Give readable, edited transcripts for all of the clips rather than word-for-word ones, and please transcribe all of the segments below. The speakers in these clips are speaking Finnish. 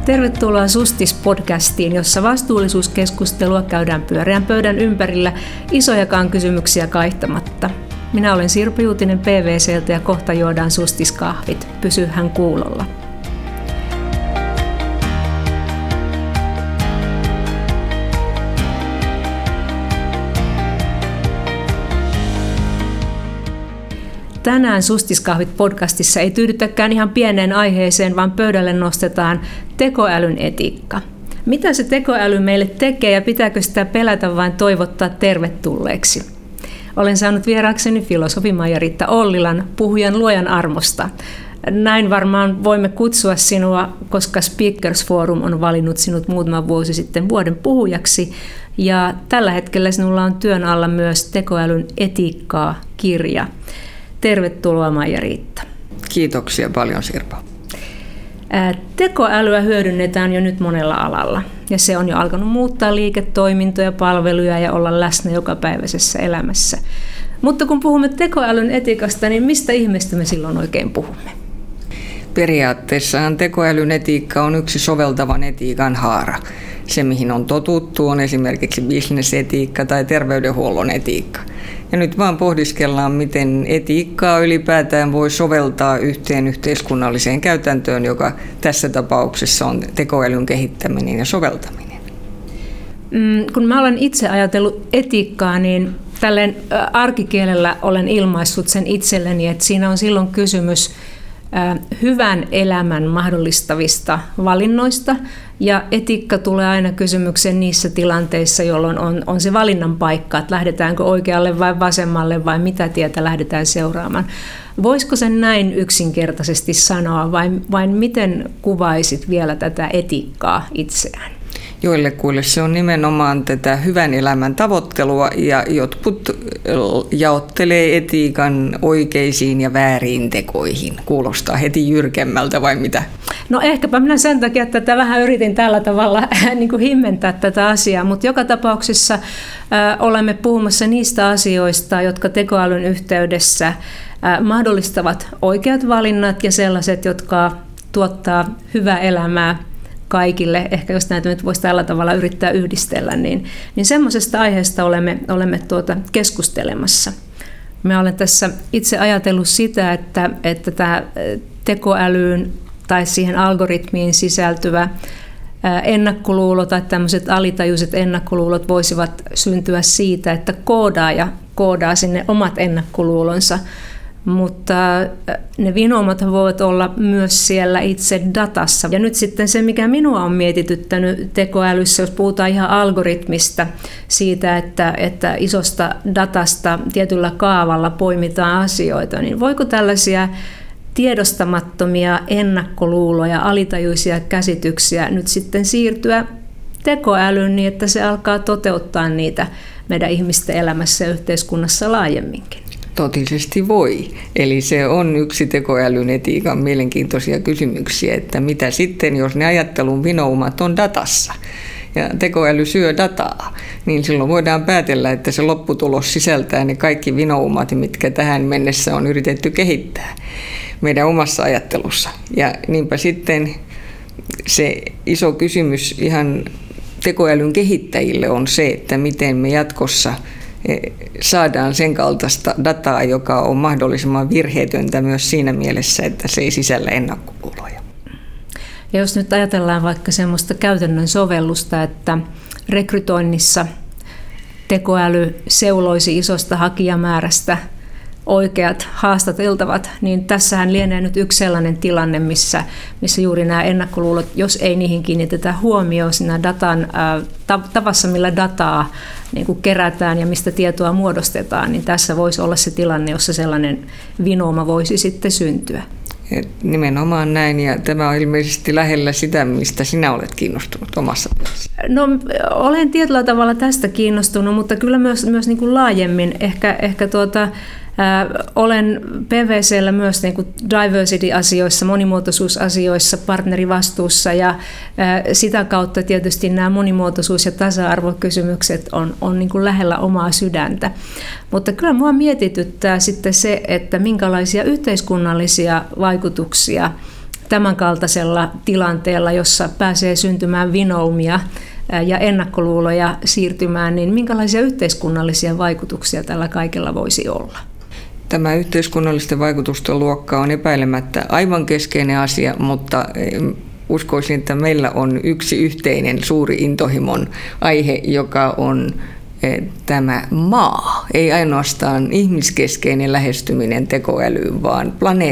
Tervetuloa Sustis-podcastiin, jossa vastuullisuuskeskustelua käydään pyöreän pöydän ympärillä isojakaan kysymyksiä kaihtamatta. Minä olen Sirpa Juutinen PVC:ltä ja kohta juodaan Sustis-kahvit. Pysyhän kuulolla. Tänään Sustis-kahvit-podcastissa ei tyydytäkään ihan pieneen aiheeseen, vaan pöydälle nostetaan tekoälyn etiikka. Mitä se tekoäly meille tekee ja pitääkö sitä pelätä vain toivottaa tervetulleeksi? Olen saanut vieraakseni filosofi Maija-Riitta Ollilan, puhujan luojan armosta. Näin varmaan voimme kutsua sinua, koska Speakers Forum on valinnut sinut muutama vuosi sitten vuoden puhujaksi. Ja tällä hetkellä sinulla on työn alla myös tekoälyn etiikkaa -kirja. Tervetuloa Maija-Riitta. Kiitoksia paljon Sirpa. Tekoälyä hyödynnetään jo nyt monella alalla ja se on jo alkanut muuttaa liiketoimintoja, palveluja ja olla läsnä jokapäiväisessä elämässä. Mutta kun puhumme tekoälyn etiikasta, niin mistä ihmeestä me silloin oikein puhumme? Periaatteessahan tekoälyn etiikka on yksi soveltavan etiikan haara. Se, mihin on totuttu, on esimerkiksi bisnesetiikka tai terveydenhuollon etiikka. Ja nyt vaan pohdiskellaan, miten etiikkaa ylipäätään voi soveltaa yhteen yhteiskunnalliseen käytäntöön, joka tässä tapauksessa on tekoälyn kehittäminen ja soveltaminen. Kun mä olen itse ajatellut etiikkaa, niin tälleen arkikielellä olen ilmaissut sen itselleni, että siinä on silloin kysymys hyvän elämän mahdollistavista valinnoista, ja etiikka tulee aina kysymykseen niissä tilanteissa, jolloin on se valinnan paikka, että lähdetäänkö oikealle vai vasemmalle vai mitä tietä lähdetään seuraamaan. Voisiko sen näin yksinkertaisesti sanoa vai miten kuvaisit vielä tätä etiikkaa itseään? Joillekuille se on nimenomaan tätä hyvän elämän tavoittelua ja jotkut jaottelee etiikan oikeisiin ja vääriin tekoihin. Kuulostaa heti jyrkemmältä vai mitä? No ehkäpä minä sen takia, että tätä vähän yritin tällä tavalla niin kuin himmentää tätä asiaa, mutta joka tapauksessa olemme puhumassa niistä asioista, jotka tekoälyn yhteydessä mahdollistavat oikeat valinnat ja sellaiset, jotka tuottaa hyvää elämää kaikille. Ehkä jos näitä nyt voisi tällä tavalla yrittää yhdistellä, niin semmoisesta aiheesta olemme keskustelemassa. Mä olen tässä itse ajatellut sitä, että tämä tekoälyyn tai siihen algoritmiin sisältyvä ennakkoluulo tai tämmöiset alitajuiset ennakkoluulot voisivat syntyä siitä, että koodaaja koodaa sinne omat ennakkoluulonsa, mutta ne vinoumat voivat olla myös siellä itse datassa. Ja nyt sitten se, mikä minua on mietityttänyt tekoälyssä, jos puhutaan ihan algoritmista, siitä, että isosta datasta tietyllä kaavalla poimitaan asioita, niin voiko tällaisia tiedostamattomia ennakkoluuloja, alitajuisia käsityksiä nyt sitten siirtyä tekoälyyn niin, että se alkaa toteuttaa niitä meidän ihmisten elämässä ja yhteiskunnassa laajemminkin? Totisesti voi. Eli se on yksi tekoälyn etiikan mielenkiintoisia kysymyksiä, että mitä sitten, jos ne ajattelun vinoumat on datassa ja tekoäly syö dataa, niin silloin voidaan päätellä, että se lopputulos sisältää ne kaikki vinoumat, mitkä tähän mennessä on yritetty kehittää meidän omassa ajattelussa. Ja niinpä sitten se iso kysymys ihan tekoälyn kehittäjille on se, että miten me jatkossa saadaan sen kaltaista dataa, joka on mahdollisimman virheetöntä myös siinä mielessä, että se ei sisällä ennakkoluuloja. Ja jos nyt ajatellaan vaikka semmoista käytännön sovellusta, että rekrytoinnissa tekoäly seuloisi isosta hakijamäärästä oikeat haastateltavat, niin tässähän lienee nyt yksi sellainen tilanne, missä juuri nämä ennakkoluulot, jos ei niihin kiinnitetä huomioon siinä datan tavassa, millä dataa niin kuin kerätään ja mistä tietoa muodostetaan, niin tässä voisi olla se tilanne, jossa sellainen vinouma voisi sitten syntyä. Nimenomaan näin, ja tämä on ilmeisesti lähellä sitä, mistä sinä olet kiinnostunut omassa työssä. No, olen tietyllä tavalla tästä kiinnostunut, mutta kyllä myös niin kuin laajemmin. Ehkä olen PVC:llä myös niin kuin diversity-asioissa, monimuotoisuusasioissa partnerivastuussa, ja sitä kautta tietysti nämä monimuotoisuus- ja tasa-arvokysymykset on niin kuin lähellä omaa sydäntä. Mutta kyllä minua mietityttää sitten se, että minkälaisia yhteiskunnallisia vaikutuksia tämänkaltaisella tilanteella, jossa pääsee syntymään vinoumia ja ennakkoluuloja siirtymään, niin minkälaisia yhteiskunnallisia vaikutuksia tällä kaikella voisi olla? Tämä yhteiskunnallisten vaikutusten luokka on epäilemättä aivan keskeinen asia, mutta uskoisin, että meillä on yksi yhteinen suuri intohimon aihe, joka on tämä maa. Ei ainoastaan ihmiskeskeinen lähestyminen tekoälyyn, vaan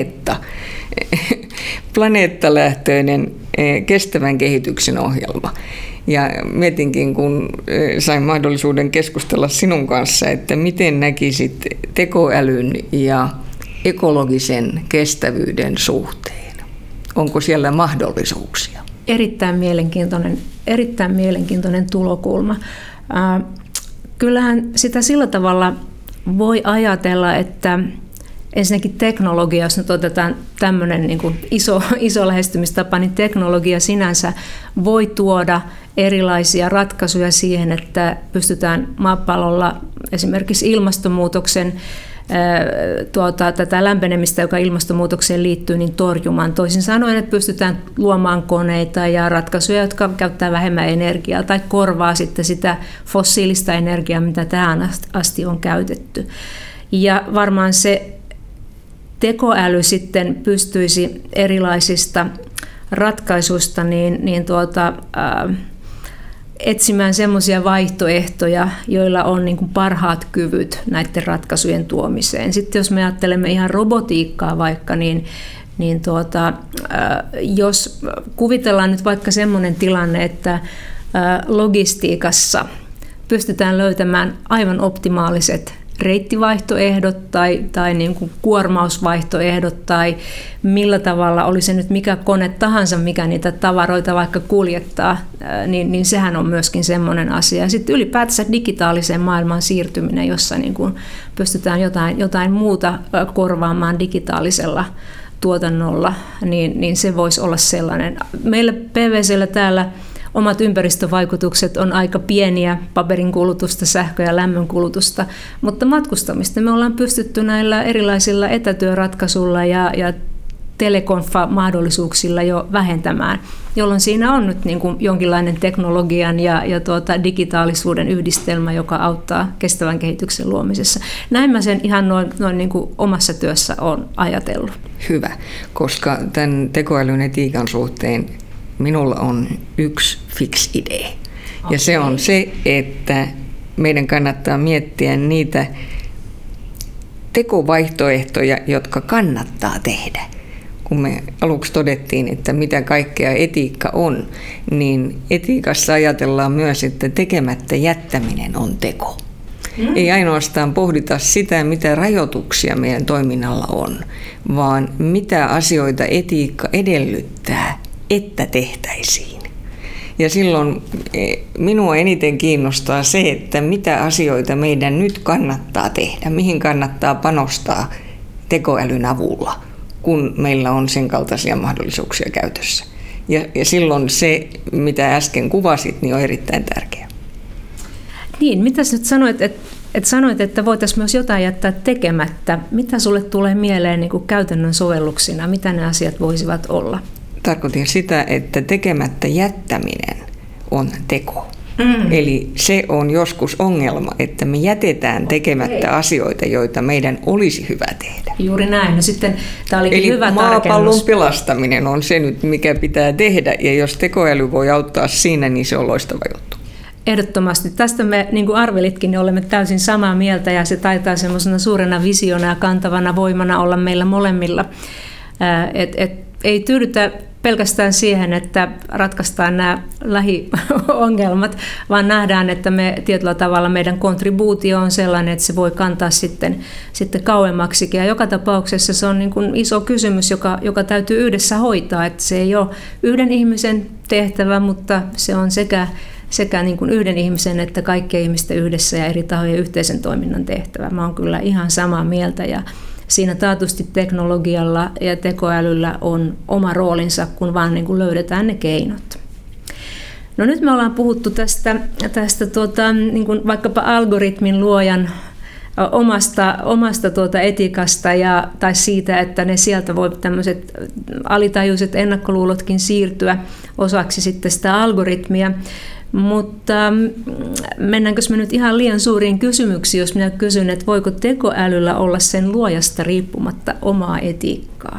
planeettalähtöinen kestävän kehityksen ohjelma. Ja mietinkin, kun sain mahdollisuuden keskustella sinun kanssa, että miten näkisit tekoälyn ja ekologisen kestävyyden suhteen. Onko siellä mahdollisuuksia? Erittäin mielenkiintoinen tulokulma. Kyllähän sitä sillä tavalla voi ajatella, että ensinnäkin teknologia, jos nyt otetaan tämmöinen niin kuin iso lähestymistapa, niin teknologia sinänsä voi tuoda erilaisia ratkaisuja siihen, että pystytään maapallolla esimerkiksi ilmastonmuutoksen tätä lämpenemistä, joka ilmastonmuutokseen liittyy, niin torjumaan. Toisin sanoen, että pystytään luomaan koneita ja ratkaisuja, jotka käyttää vähemmän energiaa tai korvaa sitten sitä fossiilista energiaa, mitä tähän asti on käytetty. Ja varmaan se tekoäly sitten pystyisi erilaisista ratkaisuista etsimään semmoisia vaihtoehtoja, joilla on niin kuin parhaat kyvyt näiden ratkaisujen tuomiseen. Sitten jos me ajattelemme ihan robotiikkaa vaikka, niin jos kuvitellaan nyt vaikka semmoinen tilanne, että logistiikassa pystytään löytämään aivan optimaaliset reittivaihtoehdot tai niin kuin kuormausvaihtoehdot tai millä tavalla, oli se nyt mikä kone tahansa, mikä niitä tavaroita vaikka kuljettaa, niin sehän on myöskin semmoinen asia. Sitten ylipäätänsä digitaaliseen maailmaan siirtyminen, jossa niin kuin pystytään jotain muuta korvaamaan digitaalisella tuotannolla, niin se voisi olla sellainen. Meillä PwC:llä täällä omat ympäristövaikutukset on aika pieniä, paperin kulutusta, sähkö- ja lämmön kulutusta, mutta matkustamista me ollaan pystytty näillä erilaisilla etätyöratkaisuilla ja telekonfa-mahdollisuuksilla jo vähentämään, jolloin siinä on nyt niin kuin jonkinlainen teknologian ja digitaalisuuden yhdistelmä, joka auttaa kestävän kehityksen luomisessa. Näin mä sen ihan noin niin kuin omassa työssä olen ajatellut. Hyvä, koska tämän tekoälyn etiikan suhteen minulla on yksi fix idea. Ja se on se, että meidän kannattaa miettiä niitä tekovaihtoehtoja, jotka kannattaa tehdä. Kun me aluksi todettiin, että mitä kaikkea etiikka on, niin etiikassa ajatellaan myös, että tekemättä jättäminen on teko. Ei ainoastaan pohdita sitä, mitä rajoituksia meidän toiminnalla on, vaan mitä asioita etiikka edellyttää, että tehtäisiin. Ja silloin minua eniten kiinnostaa se, että mitä asioita meidän nyt kannattaa tehdä, mihin kannattaa panostaa tekoälyn avulla, kun meillä on sen kaltaisia mahdollisuuksia käytössä. Ja silloin se, mitä äsken kuvasit, niin on erittäin tärkeää. Niin, mitä nyt sanoit, että voitaisiin myös jotain jättää tekemättä. Mitä sulle tulee mieleen niin kuin käytännön sovelluksina? Mitä ne asiat voisivat olla? Tarkoitin sitä, että tekemättä jättäminen on teko. Eli se on joskus ongelma, että me jätetään tekemättä asioita, joita meidän olisi hyvä tehdä. Juuri näin. No sitten tämä olikin eli hyvä maapallon pelastaminen on se nyt, mikä pitää tehdä. Ja jos tekoäly voi auttaa siinä, niin se on loistava juttu. Ehdottomasti. Tästä me, niin kuin arvelitkin, niin olemme täysin samaa mieltä ja se taitaa semmoisena suurena visiona ja kantavana voimana olla meillä molemmilla. Ei tyydytä pelkästään siihen, että ratkaistaan nämä lähiongelmat, vaan nähdään, että me tietyllä tavalla meidän kontribuutio on sellainen, että se voi kantaa sitten kauemmaksikin. Ja joka tapauksessa se on niin kuin iso kysymys, joka täytyy yhdessä hoitaa. Että se ei ole yhden ihmisen tehtävä, mutta se on sekä niin kuin yhden ihmisen että kaikkien ihmisten yhdessä ja eri tahojen yhteisen toiminnan tehtävä. Mä oon kyllä ihan samaa mieltä ja siinä taatusti teknologialla ja tekoälyllä on oma roolinsa, kun vaan niin kuin löydetään ne keinot. No nyt me ollaan puhuttu tästä niin kuin vaikkapa algoritmin luojan omasta etiikasta tai siitä, että ne sieltä voi tämmöiset alitajuiset ennakkoluulotkin siirtyä osaksi sitten sitä algoritmia. Mutta mennäänkö me nyt ihan liian suuriin kysymyksiin, jos minä kysyn, että voiko tekoälyllä olla sen luojasta riippumatta omaa etiikkaa?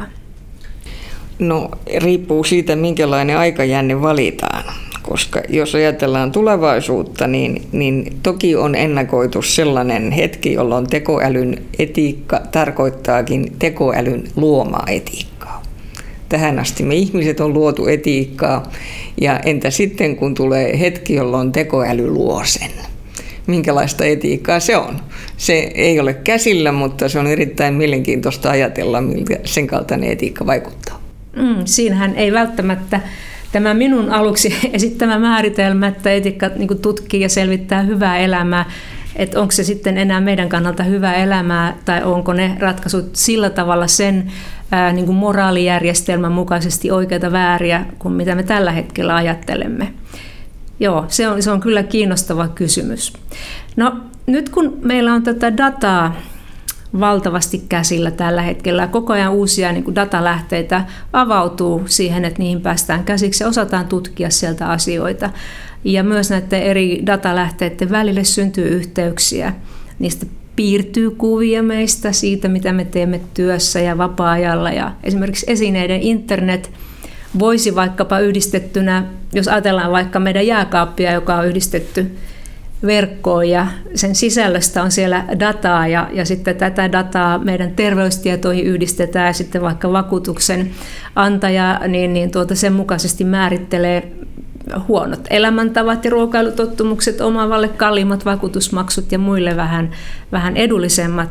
No, riippuu siitä, minkälainen aikajänne valitaan. Koska jos ajatellaan tulevaisuutta, niin toki on ennakoitu sellainen hetki, jolloin tekoälyn etiikka tarkoittaakin tekoälyn luomaa etiikkaa. Tähän asti me ihmiset on luotu etiikkaa, ja entä sitten kun tulee hetki, jolloin tekoäly luo sen? Minkälaista etiikkaa se on? Se ei ole käsillä, mutta se on erittäin mielenkiintoista ajatella, miltä sen kaltainen etiikka vaikuttaa. Siinähän ei välttämättä tämä minun aluksi esittämä määritelmä, että etiikka niin tutkii ja selvittää hyvää elämää, että onko se sitten enää meidän kannalta hyvää elämää tai onko ne ratkaisut sillä tavalla sen niin kuin moraalijärjestelmän mukaisesti oikeita vääriä kuin mitä me tällä hetkellä ajattelemme. Joo, se on kyllä kiinnostava kysymys. No nyt kun meillä on tätä dataa valtavasti käsillä tällä hetkellä. Koko ajan uusia niin kuin datalähteitä avautuu siihen, että niihin päästään käsiksi ja osataan tutkia sieltä asioita. Ja myös näiden eri datalähteiden välille syntyy yhteyksiä. Niistä piirtyy kuvia meistä siitä, mitä me teemme työssä ja vapaa-ajalla. Ja esimerkiksi esineiden internet voisi vaikkapa yhdistettynä, jos ajatellaan vaikka meidän jääkaappia, joka on yhdistetty verkkoon ja sen sisällöstä on siellä dataa ja sitten tätä dataa meidän terveystietoihin yhdistetään ja sitten vaikka vakuutuksen antaja niin sen mukaisesti määrittelee huonot elämäntavat ja ruokailutottumukset omaavalle kalliimmat vakuutusmaksut ja muille vähän edullisemmat,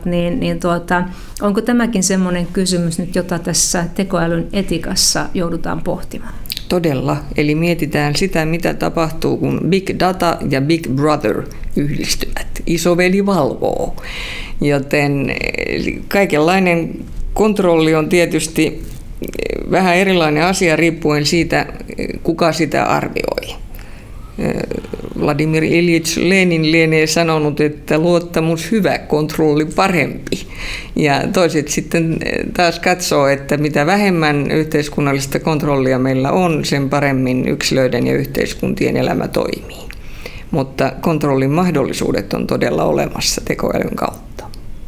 onko tämäkin semmoinen kysymys nyt, jota tässä tekoälyn etiikassa joudutaan pohtimaan? Todella. Eli mietitään sitä, mitä tapahtuu, kun Big Data ja Big Brother yhdistyvät. Isoveli valvoo. Joten kaikenlainen kontrolli on tietysti vähän erilainen asia riippuen siitä, kuka sitä arvioi. Vladimir Iljitš Lenin lienee sanonut, että luottamus hyvä, kontrolli parempi. Ja toiset sitten taas katsoo, että mitä vähemmän yhteiskunnallista kontrollia meillä on, sen paremmin yksilöiden ja yhteiskuntien elämä toimii. Mutta kontrollin mahdollisuudet on todella olemassa tekoälyn kautta.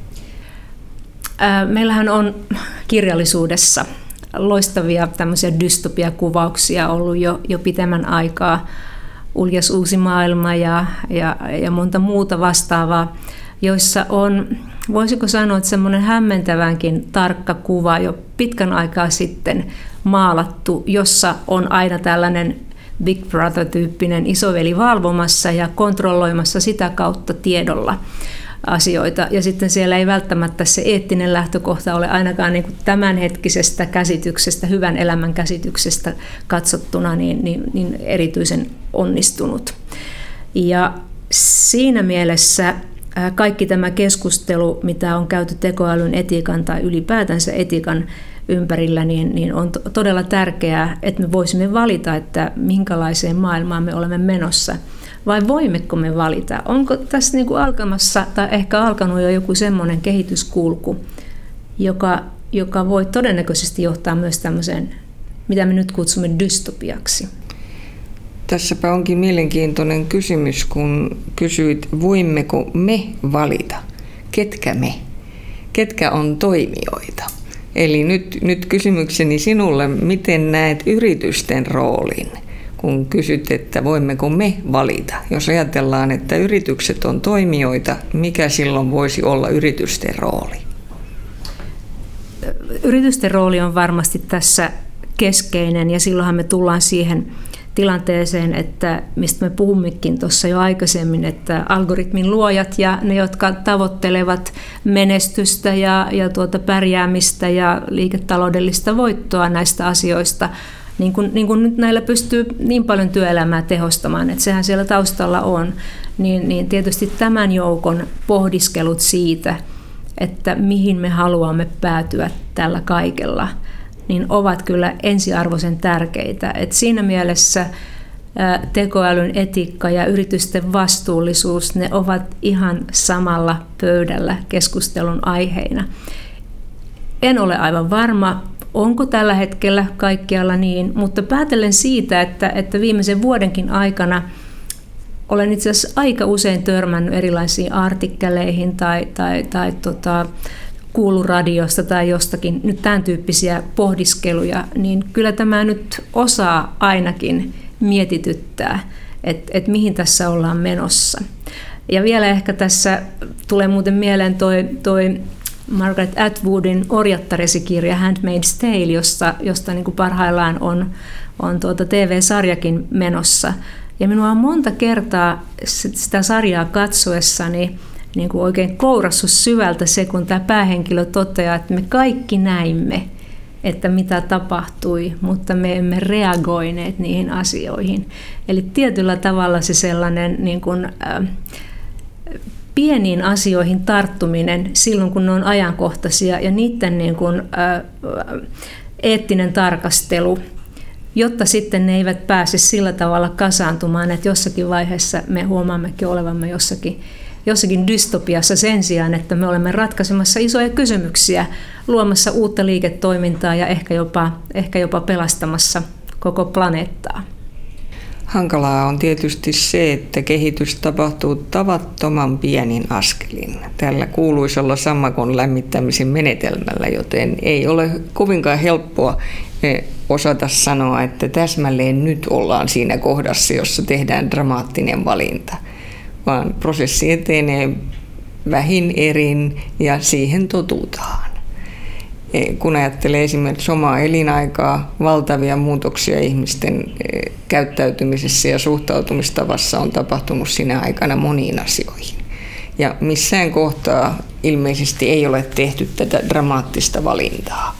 Meillähän on kirjallisuudessa loistavia tämmöisiä dystopiakuvauksia ollut jo pitemmän aikaa. Uljas uusi maailma ja monta muuta vastaavaa, joissa on, voisiko sanoa, että semmoinen hämmentävänkin tarkka kuva jo pitkän aikaa sitten maalattu, jossa on aina tällainen Big Brother-tyyppinen isoveli valvomassa ja kontrolloimassa sitä kautta tiedolla asioita. Ja sitten siellä ei välttämättä se eettinen lähtökohta ole ainakaan niin kuin tämänhetkisestä käsityksestä, hyvän elämän käsityksestä katsottuna niin erityisen onnistunut. Ja siinä mielessä kaikki tämä keskustelu, mitä on käyty tekoälyn etiikan tai ylipäätänsä etiikan ympärillä, niin on todella tärkeää, että me voisimme valita, että minkälaiseen maailmaan me olemme menossa. Vai voimmeko me valita? Onko tässä niin kuin alkamassa tai ehkä alkanut jo joku semmoinen kehityskulku, joka voi todennäköisesti johtaa myös tämmöiseen, mitä me nyt kutsumme dystopiaksi? Tässäpä onkin mielenkiintoinen kysymys, kun kysyit, voimmeko me valita? Ketkä me? Ketkä on toimijoita? Eli nyt kysymykseni sinulle, miten näet yritysten roolin? Kun kysyt, että voimmeko me valita. Jos ajatellaan, että yritykset on toimijoita, mikä silloin voisi olla yritysten rooli? Yritysten rooli on varmasti tässä keskeinen ja silloinhan me tullaan siihen tilanteeseen, että mistä me puhummekin tuossa jo aikaisemmin, että algoritmin luojat ja ne, jotka tavoittelevat menestystä ja pärjäämistä ja liiketaloudellista voittoa näistä asioista, niin kuin nyt näillä pystyy niin paljon työelämää tehostamaan, että sehän siellä taustalla on, niin tietysti tämän joukon pohdiskelut siitä, että mihin me haluamme päätyä tällä kaikella, niin ovat kyllä ensiarvoisen tärkeitä. Et siinä mielessä tekoälyn etiikka ja yritysten vastuullisuus, ne ovat ihan samalla pöydällä keskustelun aiheina. En ole aivan varma, onko tällä hetkellä kaikkialla niin, mutta päätellen siitä, että viimeisen vuodenkin aikana olen itse asiassa aika usein törmännyt erilaisiin artikkeleihin tai kuullut radiosta tai jostakin nyt tämän tyyppisiä pohdiskeluja, niin kyllä tämä nyt osaa ainakin mietityttää, että mihin tässä ollaan menossa. Ja vielä ehkä tässä tulee muuten mieleen toi Margaret Atwoodin orjattaresikirja Handmaid's Tale, josta niin kuin parhaillaan on TV-sarjakin menossa. Ja minua on monta kertaa sitä sarjaa katsoessani niin kuin oikein kourassut syvältä se, kun tämä päähenkilö toteaa, että me kaikki näimme, että mitä tapahtui, mutta me emme reagoineet niihin asioihin. Eli tietyllä tavalla se sellainen niin kuin, pieniin asioihin tarttuminen silloin, kun ne on ajankohtaisia ja niiden niin kuin, eettinen tarkastelu, jotta sitten ne eivät pääse sillä tavalla kasaantumaan, että jossakin vaiheessa me huomaammekin olevamme jossakin dystopiassa sen sijaan, että me olemme ratkaisemassa isoja kysymyksiä, luomassa uutta liiketoimintaa ja ehkä jopa pelastamassa koko planeettaa. Hankalaa on tietysti se, että kehitys tapahtuu tavattoman pienin askelin tällä kuuluisella sammakon lämmittämisen menetelmällä, joten ei ole kovinkaan helppoa osata sanoa, että täsmälleen nyt ollaan siinä kohdassa, jossa tehdään dramaattinen valinta, vaan prosessi etenee vähin erin ja siihen totutaan. Kun ajattelee esimerkiksi omaa elinaikaa, valtavia muutoksia ihmisten käyttäytymisessä ja suhtautumistavassa on tapahtunut sinä aikana moniin asioihin. Ja missään kohtaa ilmeisesti ei ole tehty tätä dramaattista valintaa.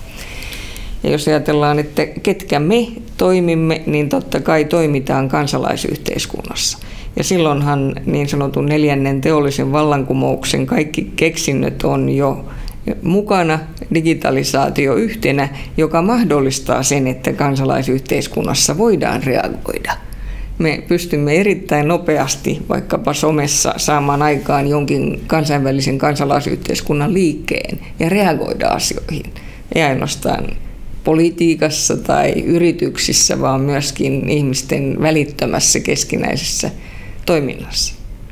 Ja jos ajatellaan, että ketkä me toimimme, niin totta kai toimitaan kansalaisyhteiskunnassa. Ja silloinhan niin sanotun 4. teollisen vallankumouksen kaikki keksinnöt on jo mukana, digitalisaatio yhtenä, joka mahdollistaa sen, että kansalaisyhteiskunnassa voidaan reagoida. Me pystymme erittäin nopeasti vaikkapa somessa saamaan aikaan jonkin kansainvälisen kansalaisyhteiskunnan liikkeen ja reagoida asioihin. Ei ainoastaan politiikassa tai yrityksissä, vaan myöskin ihmisten välittömässä keskinäisessä toiminnassa.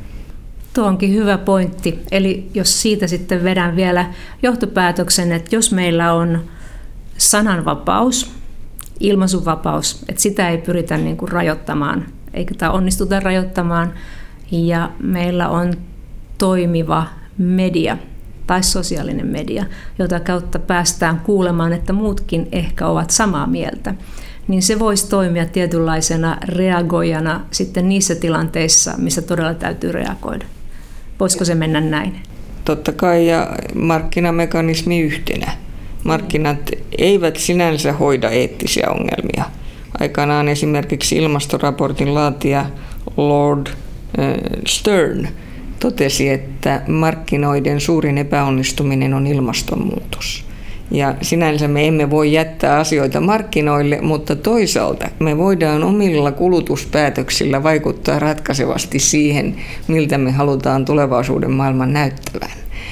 Tuo onkin hyvä pointti. Eli jos siitä sitten vedän vielä johtopäätöksen, että jos meillä on sananvapaus, ilmaisunvapaus, että sitä ei pyritä niin kuin rajoittamaan, eikä onnistuta rajoittamaan, ja meillä on toimiva media tai sosiaalinen media, jota kautta päästään kuulemaan, että muutkin ehkä ovat samaa mieltä, niin se voisi toimia tietynlaisena reagoijana sitten niissä tilanteissa, missä todella täytyy reagoida. Voisiko se mennä näin? Totta kai, ja markkinamekanismi yhtenä. Markkinat eivät sinänsä hoida eettisiä ongelmia. Aikanaan esimerkiksi ilmastoraportin laatija Lord Stern totesi, että markkinoiden suurin epäonnistuminen on ilmastonmuutos. Ja sinänsä me emme voi jättää asioita markkinoille, mutta toisaalta me voidaan omilla kulutuspäätöksillä vaikuttaa ratkaisevasti siihen, miltä me halutaan tulevaisuuden maailman näyttävän.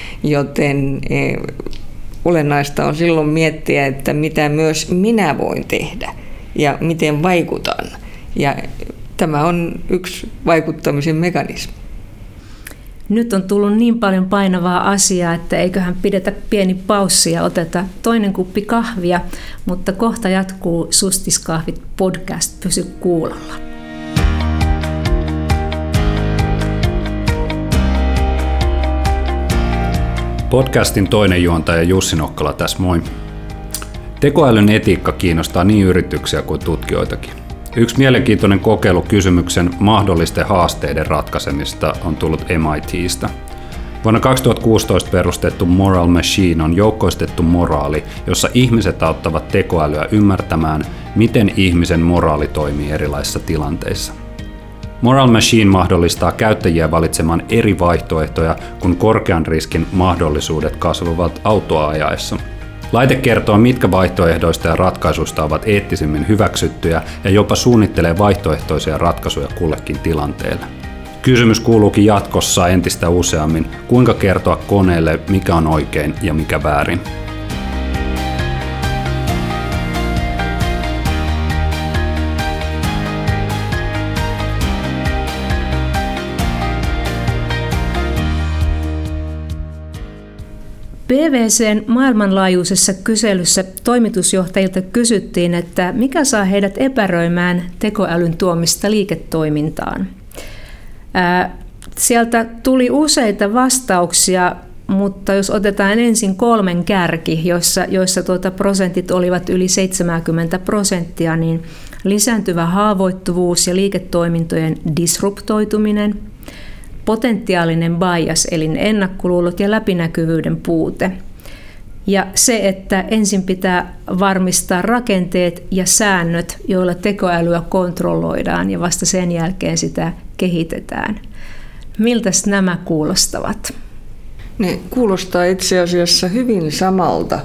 Joten olennaista on silloin miettiä, että mitä myös minä voin tehdä ja miten vaikutan. Ja tämä on yksi vaikuttamisen mekanismi. Nyt on tullut niin paljon painavaa asiaa, että eiköhän pidetä pieni paussi ja oteta toinen kuppi kahvia, mutta kohta jatkuu Sustiskahvit podcast. Pysy kuulolla. Podcastin toinen juontaja Jussi Nokkala tässä moi. Tekoälyn etiikka kiinnostaa niin yrityksiä kuin tutkijoitakin. Yksi mielenkiintoinen kokeilu kysymyksen mahdollisten haasteiden ratkaisemista on tullut MIT:stä. Vuonna 2016 perustettu Moral Machine on joukkoistettu moraali, jossa ihmiset auttavat tekoälyä ymmärtämään, miten ihmisen moraali toimii erilaisissa tilanteissa. Moral Machine mahdollistaa käyttäjiä valitsemaan eri vaihtoehtoja, kun korkean riskin mahdollisuudet kasvavat autoa ajaessa. Laite kertoo, mitkä vaihtoehdoista ja ratkaisuista ovat eettisimmin hyväksyttyjä ja jopa suunnittelee vaihtoehtoisia ratkaisuja kullekin tilanteelle. Kysymys kuuluukin jatkossa entistä useammin, kuinka kertoa koneelle, mikä on oikein ja mikä väärin. BBC:n maailmanlaajuisessa kyselyssä toimitusjohtajilta kysyttiin, että mikä saa heidät epäröimään tekoälyn tuomista liiketoimintaan. Sieltä tuli useita vastauksia, mutta jos otetaan ensin 3 kärki, joissa prosentit olivat yli 70%, niin lisääntyvä haavoittuvuus ja liiketoimintojen disruptoituminen, potentiaalinen bias eli ennakkoluulot ja läpinäkyvyyden puute. Ja se, että ensin pitää varmistaa rakenteet ja säännöt, joilla tekoälyä kontrolloidaan ja vasta sen jälkeen sitä kehitetään. Miltäs nämä kuulostavat? Ne kuulostaa itse asiassa hyvin samalta,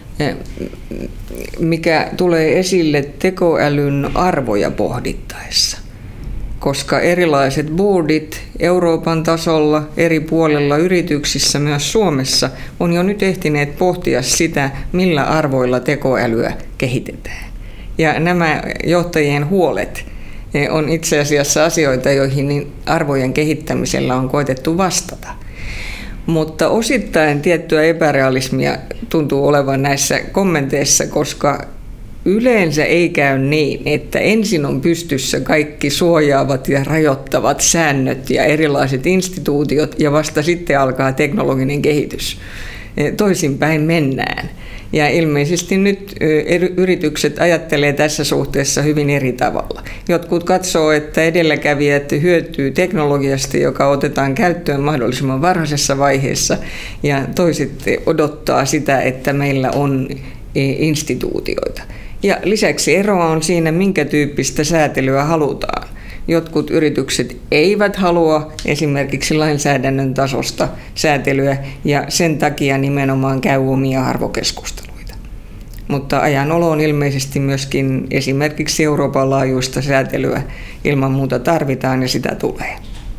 mikä tulee esille tekoälyn arvoja pohdittaessa. Koska erilaiset boardit Euroopan tasolla, eri puolilla yrityksissä, myös Suomessa, on jo nyt ehtineet pohtia sitä, millä arvoilla tekoälyä kehitetään. Ja nämä johtajien huolet on itse asiassa asioita, joihin arvojen kehittämisellä on koetettu vastata. Mutta osittain tiettyä epärealismia tuntuu olevan näissä kommenteissa, koska yleensä ei käy niin, että ensin on pystyssä kaikki suojaavat ja rajoittavat säännöt ja erilaiset instituutiot ja vasta sitten alkaa teknologinen kehitys. Toisinpäin mennään. Ja ilmeisesti nyt yritykset ajattelee tässä suhteessa hyvin eri tavalla. Jotkut katsoo, että edelläkävijät hyötyy teknologiasta, joka otetaan käyttöön mahdollisimman varhaisessa vaiheessa, ja toiset odottaa sitä, että meillä on instituutioita. Ja lisäksi eroa on siinä, minkä tyyppistä säätelyä halutaan. Jotkut yritykset eivät halua esimerkiksi lainsäädännön tasosta säätelyä ja sen takia nimenomaan käy omia arvokeskusteluita. Mutta ajan oloon ilmeisesti myöskin esimerkiksi Euroopan laajuista säätelyä ilman muuta tarvitaan ja sitä tulee.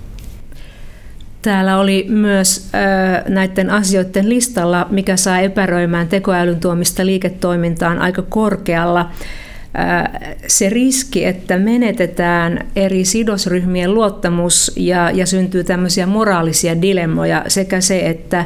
Täällä oli myös näiden asioiden listalla, mikä saa epäröimään tekoälyn tuomista liiketoimintaan aika korkealla. Se riski, että menetetään eri sidosryhmien luottamus ja syntyy tämmöisiä moraalisia dilemmoja, sekä se, että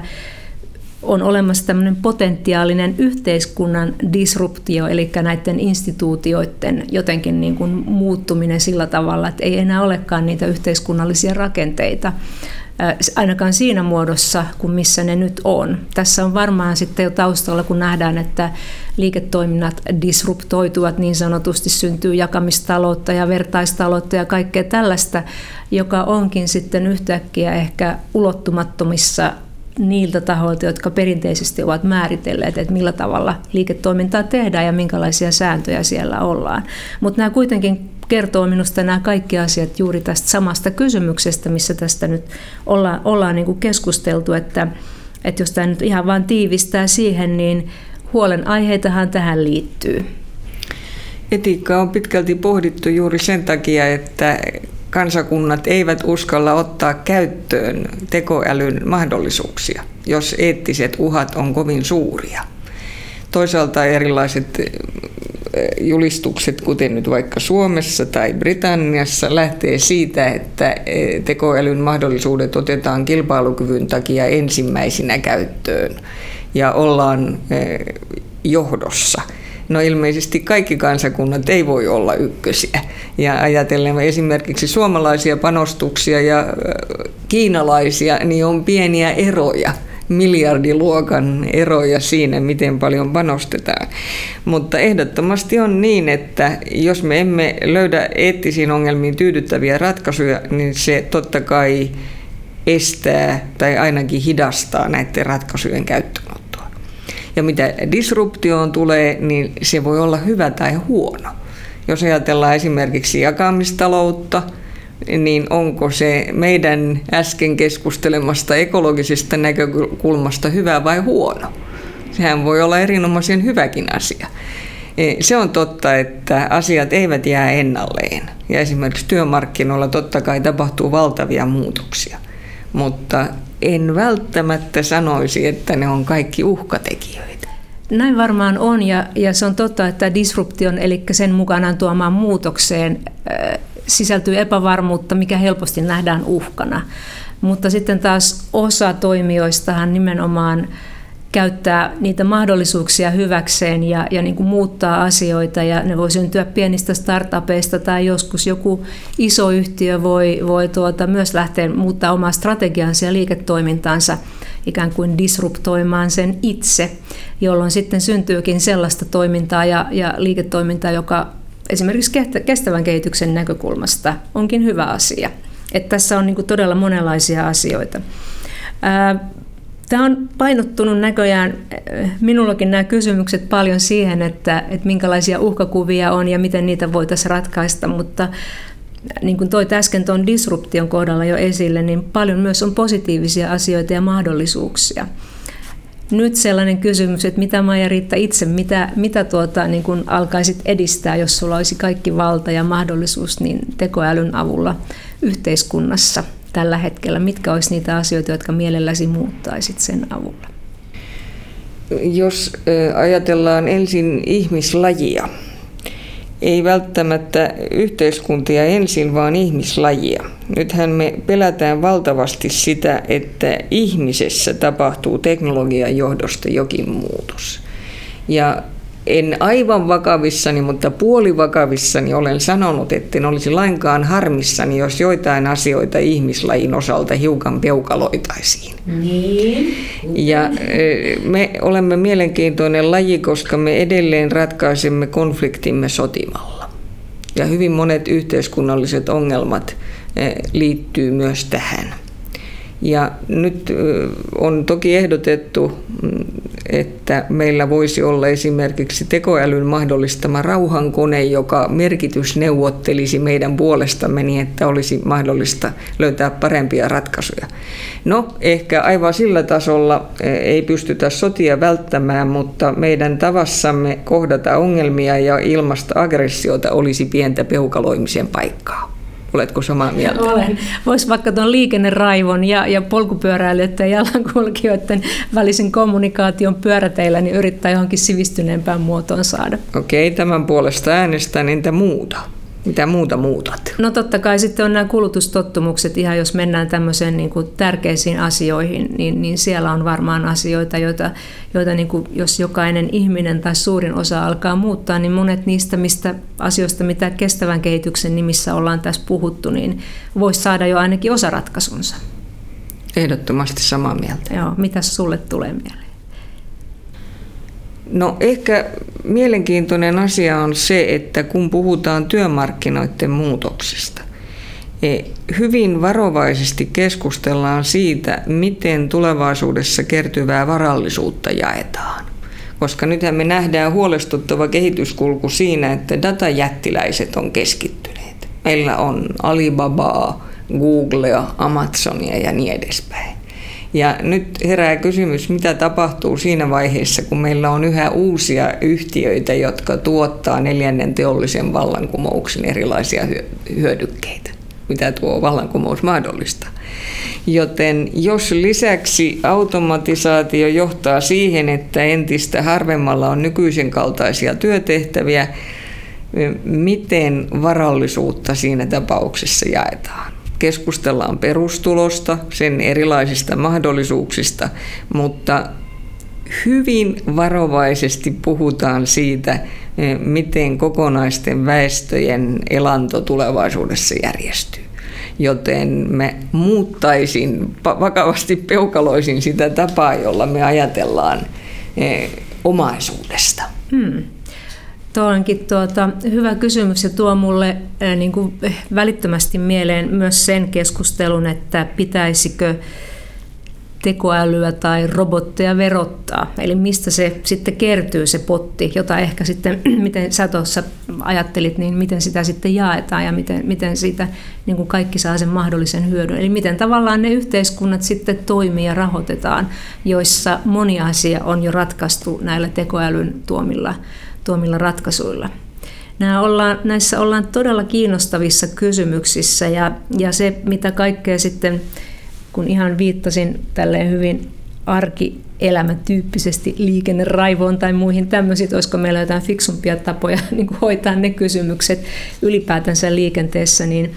on olemassa tämmöinen potentiaalinen yhteiskunnan disruptio, eli näiden instituutioiden jotenkin niin kuin muuttuminen sillä tavalla, että ei enää olekaan niitä yhteiskunnallisia rakenteita, ainakaan siinä muodossa kuin missä ne nyt on. Tässä on varmaan sitten jo taustalla, kun nähdään, että liiketoiminnat disruptoituvat, niin sanotusti syntyy jakamistaloutta ja vertaistaloutta ja kaikkea tällaista, joka onkin sitten yhtäkkiä ehkä ulottumattomissa niiltä tahoilta, jotka perinteisesti ovat määritelleet, että millä tavalla liiketoimintaa tehdään ja minkälaisia sääntöjä siellä ollaan. Mutta nämä kuitenkin kertoo minusta nämä kaikki asiat juuri tästä samasta kysymyksestä, missä tästä nyt ollaan niin kuin keskusteltu, että jos tämä nyt ihan vaan tiivistää siihen, niin huolenaiheitahan tähän liittyy. Etiikkaa on pitkälti pohdittu juuri sen takia, että kansakunnat eivät uskalla ottaa käyttöön tekoälyn mahdollisuuksia, jos eettiset uhat on kovin suuria. Toisaalta erilaiset julistukset, kuten nyt vaikka Suomessa tai Britanniassa, lähtee siitä, että tekoälyn mahdollisuudet otetaan kilpailukyvyn takia ensimmäisinä käyttöön ja ollaan johdossa. No ilmeisesti kaikki kansakunnat ei voi olla ykkösiä. Ja ajatellen esimerkiksi suomalaisia panostuksia ja kiinalaisia, niin on pieniä eroja, miljardiluokan eroja siinä, miten paljon panostetaan. Mutta ehdottomasti on niin, että jos me emme löydä eettisiin ongelmiin tyydyttäviä ratkaisuja, niin se totta kai estää tai ainakin hidastaa näiden ratkaisujen käyttöönottoa. Ja mitä disruptioon tulee, niin se voi olla hyvä tai huono. Jos ajatellaan esimerkiksi jakamistaloutta, niin onko se meidän äsken keskustelemasta ekologisesta näkökulmasta hyvä vai huono? Sehän voi olla erinomaisen hyväkin asia. Se on totta, että asiat eivät jää ennalleen. Ja esimerkiksi työmarkkinoilla totta kai tapahtuu valtavia muutoksia. Mutta en välttämättä sanoisi, että ne on kaikki uhkatekijöitä. Näin varmaan on, ja se on totta, että disruption, eli sen mukanaan tuomaan muutokseen, sisältyy epävarmuutta, mikä helposti nähdään uhkana. Mutta sitten taas osa toimijoistahan nimenomaan käyttää niitä mahdollisuuksia hyväkseen ja niin kuin muuttaa asioita, ja ne voi syntyä pienistä startupeista, tai joskus joku iso yhtiö voi myös lähteä muuttaa omaa strategiansa ja liiketoimintaansa ikään kuin disruptoimaan sen itse, jolloin sitten syntyykin sellaista toimintaa ja liiketoimintaa, joka esimerkiksi kestävän kehityksen näkökulmasta onkin hyvä asia. Että tässä on niin kuin todella monenlaisia asioita. Tämä on painottunut näköjään minullakin nämä kysymykset paljon siihen, että minkälaisia uhkakuvia on ja miten niitä voitaisiin ratkaista, mutta niin kuin toit äsken tuon disruption kohdalla jo esille, niin paljon myös on positiivisia asioita ja mahdollisuuksia. Nyt sellainen kysymys, että mitä Maija-Riitta itse, mitä niin kuin alkaisit edistää, jos sulla olisi kaikki valta ja mahdollisuus niin tekoälyn avulla yhteiskunnassa tällä hetkellä? Mitkä olisi niitä asioita, jotka mielelläsi muuttaisit sen avulla? Jos ajatellaan ensin ihmislajia, ei välttämättä yhteiskuntia ensin, vaan ihmislajia. Nythän me pelätään valtavasti sitä, että ihmisessä tapahtuu teknologian johdosta jokin muutos. Ja en aivan vakavissani, mutta puolivakavissani olen sanonut, että en olisi lainkaan harmissani, jos joitain asioita ihmislajin osalta hiukan peukaloitaisiin. Niin. Ja me olemme mielenkiintoinen laji, koska me edelleen ratkaisemme konfliktimme sotimalla. Ja hyvin monet yhteiskunnalliset ongelmat liittyy myös tähän. Ja nyt on toki ehdotettu, että meillä voisi olla esimerkiksi tekoälyn mahdollistama rauhankone, joka merkitysneuvottelisi meidän puolestamme niin, että olisi mahdollista löytää parempia ratkaisuja. No, ehkä aivan sillä tasolla ei pystytä sotia välttämään, mutta meidän tavassamme kohdata ongelmia ja ilmaista aggressiota olisi pientä peukaloimisen paikkaa. Oletko samaa mieltä? Olen. Voisi vaikka tuon liikenneraivon ja polkupyöräilijöiden ja jalankulkijoiden välisen kommunikaation pyöräteillä niin yrittää johonkin sivistyneempään muotoon saada. Okei, tämän puolesta äänestän, entä muuta? Mitä muuta muutat? No totta kai sitten on nämä kulutustottumukset, ihan jos mennään tämmöiseen niin kuin tärkeisiin asioihin, niin siellä on varmaan asioita, joita niin kuin, jos jokainen ihminen tai suurin osa alkaa muuttaa, niin monet niistä asioista, mitä kestävän kehityksen nimissä ollaan tässä puhuttu, niin voisi saada jo ainakin osaratkaisunsa. Ehdottomasti samaa mieltä. Joo, mitäs sulle tulee mieleen? No ehkä mielenkiintoinen asia on se, että kun puhutaan työmarkkinoiden muutoksesta, hyvin varovaisesti keskustellaan siitä, miten tulevaisuudessa kertyvää varallisuutta jaetaan. Koska nythän me nähdään huolestuttava kehityskulku siinä, että datajättiläiset on keskittyneet. Meillä on Alibabaa, Googlea, Amazonia ja niin edespäin. Ja nyt herää kysymys, mitä tapahtuu siinä vaiheessa, kun meillä on yhä uusia yhtiöitä, jotka tuottaa 4. teollisen vallankumouksen erilaisia hyödykkeitä, mitä tuo vallankumous mahdollistaa. Joten jos lisäksi automatisaatio johtaa siihen, että entistä harvemmalla on nykyisen kaltaisia työtehtäviä, miten varallisuutta siinä tapauksessa jaetaan? Keskustellaan perustulosta, sen erilaisista mahdollisuuksista, mutta hyvin varovaisesti puhutaan siitä, miten kokonaisten väestöjen elanto tulevaisuudessa järjestyy. Joten mä vakavasti peukaloisin sitä tapaa, jolla me ajatellaan omaisuudesta. Tuo onkin hyvä kysymys ja tuo mulle niin kuin välittömästi mieleen myös sen keskustelun, että pitäisikö tekoälyä tai robotteja verottaa. Eli mistä se sitten kertyy se potti, jota ehkä sitten, miten sä tuossa ajattelit, niin miten sitä sitten jaetaan ja miten siitä niin kuin kaikki saa sen mahdollisen hyödyn. Eli miten tavallaan ne yhteiskunnat sitten toimii ja rahoitetaan, joissa moni asia on jo ratkaistu näillä tekoälyn tuomilla ratkaisuilla. Näissä ollaan todella kiinnostavissa kysymyksissä ja se, mitä kaikkea sitten, kun ihan viittasin tälleen hyvin arkielämätyyppisesti liikenneraivoon tai muihin tämmöisiin, olisiko meillä jotain fiksumpia tapoja niin kuin hoitaa ne kysymykset ylipäätänsä liikenteessä, niin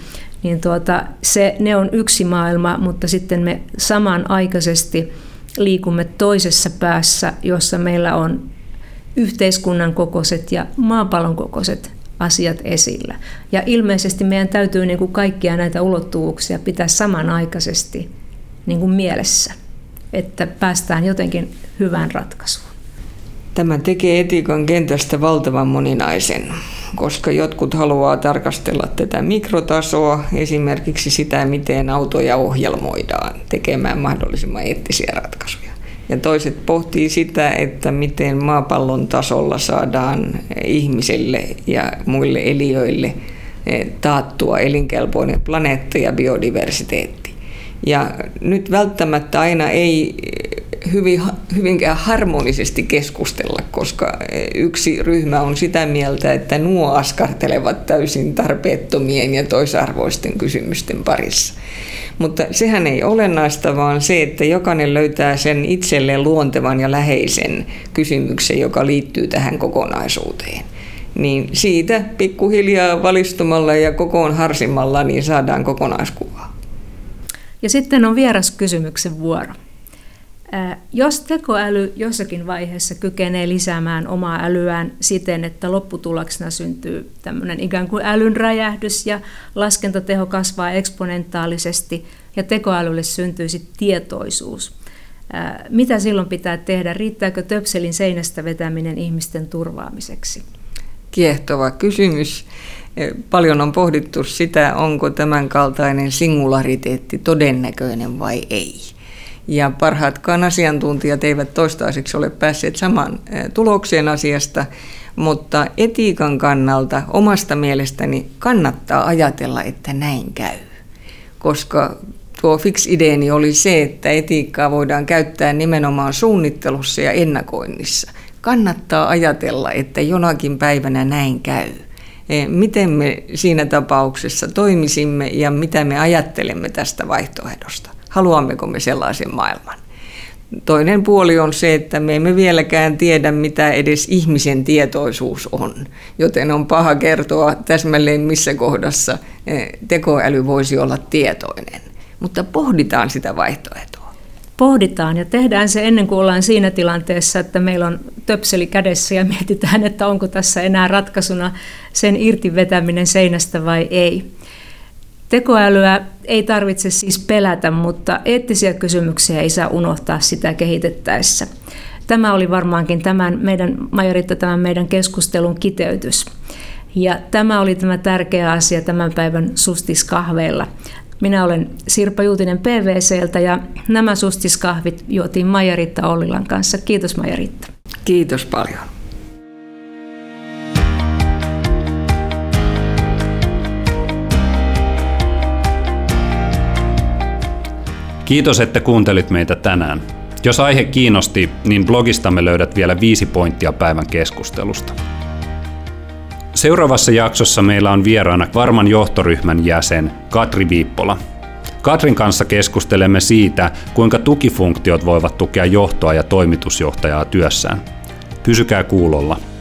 ne on yksi maailma, mutta sitten me samanaikaisesti liikumme toisessa päässä, jossa meillä on yhteiskunnan kokoiset ja maapallon kokoiset asiat esillä. Ja ilmeisesti meidän täytyy niin kuin kaikkia näitä ulottuvuuksia pitää samanaikaisesti niin kuin mielessä, että päästään jotenkin hyvään ratkaisuun. Tämä tekee etiikan kentästä valtavan moninaisen, koska jotkut haluaa tarkastella tätä mikrotasoa, esimerkiksi sitä, miten autoja ohjelmoidaan tekemään mahdollisimman eettisiä ratkaisuja. Ja toiset pohtii sitä, että miten maapallon tasolla saadaan ihmisille ja muille eliöille taattua elinkelpoinen planeetta ja biodiversiteetti. Ja nyt välttämättä aina ei hyvinkään harmonisesti keskustella, koska yksi ryhmä on sitä mieltä, että nuo askartelevat täysin tarpeettomien ja toisarvoisten kysymysten parissa. Mutta sehän ei olennaista, vaan se, että jokainen löytää sen itselleen luontevan ja läheisen kysymyksen, joka liittyy tähän kokonaisuuteen. Niin siitä pikkuhiljaa valistumalla ja kokoon harsimalla niin saadaan kokonaiskuvaa. Ja sitten on vieraskysymyksen vuoro. Jos tekoäly jossakin vaiheessa kykenee lisäämään omaa älyään siten, että lopputuloksena syntyy tämmöinen ikään kuin älyn räjähdys ja laskentateho kasvaa eksponentaalisesti ja tekoälylle syntyy sitten tietoisuus. Mitä silloin pitää tehdä? Riittääkö töpselin seinästä vetäminen ihmisten turvaamiseksi? Kiehtova kysymys. Paljon on pohdittu sitä, onko tämän kaltainen singulariteetti todennäköinen vai ei. Ja parhaatkaan asiantuntijat eivät toistaiseksi ole päässeet samaan tulokseen asiasta, mutta etiikan kannalta omasta mielestäni kannattaa ajatella, että näin käy. Koska tuo fix-ideeni oli se, että etiikkaa voidaan käyttää nimenomaan suunnittelussa ja ennakoinnissa. Kannattaa ajatella, että jonakin päivänä näin käy. Miten me siinä tapauksessa toimisimme ja mitä me ajattelemme tästä vaihtoehdosta? Haluammeko me sellaisen maailman? Toinen puoli on se, että me emme vieläkään tiedä, mitä edes ihmisen tietoisuus on, joten on paha kertoa täsmälleen, missä kohdassa tekoäly voisi olla tietoinen. Mutta pohditaan sitä vaihtoehtoa. Pohditaan ja tehdään se ennen kuin ollaan siinä tilanteessa, että meillä on töpseli kädessä ja mietitään, että onko tässä enää ratkaisuna sen irtivetäminen seinästä vai ei. Tekoälyä ei tarvitse siis pelätä, mutta eettisiä kysymyksiä ei saa unohtaa sitä kehitettäessä. Tämä oli varmaankin tämän meidän keskustelun kiteytys. Ja tämä oli tämä tärkeä asia tämän päivän Sustiskahveilla. Minä olen Sirpa Juutinen PVC:ltä ja nämä Sustiskahvit juotiin Maija-Riitta Ollilan kanssa. Kiitos Maija-Riitta. Kiitos paljon. Kiitos, että kuuntelit meitä tänään. Jos aihe kiinnosti, niin blogistamme löydät vielä 5 pointtia päivän keskustelusta. Seuraavassa jaksossa meillä on vieraana Varman johtoryhmän jäsen Katri Viippola. Katrin kanssa keskustelemme siitä, kuinka tukifunktiot voivat tukea johtoa ja toimitusjohtajaa työssään. Pysykää kuulolla.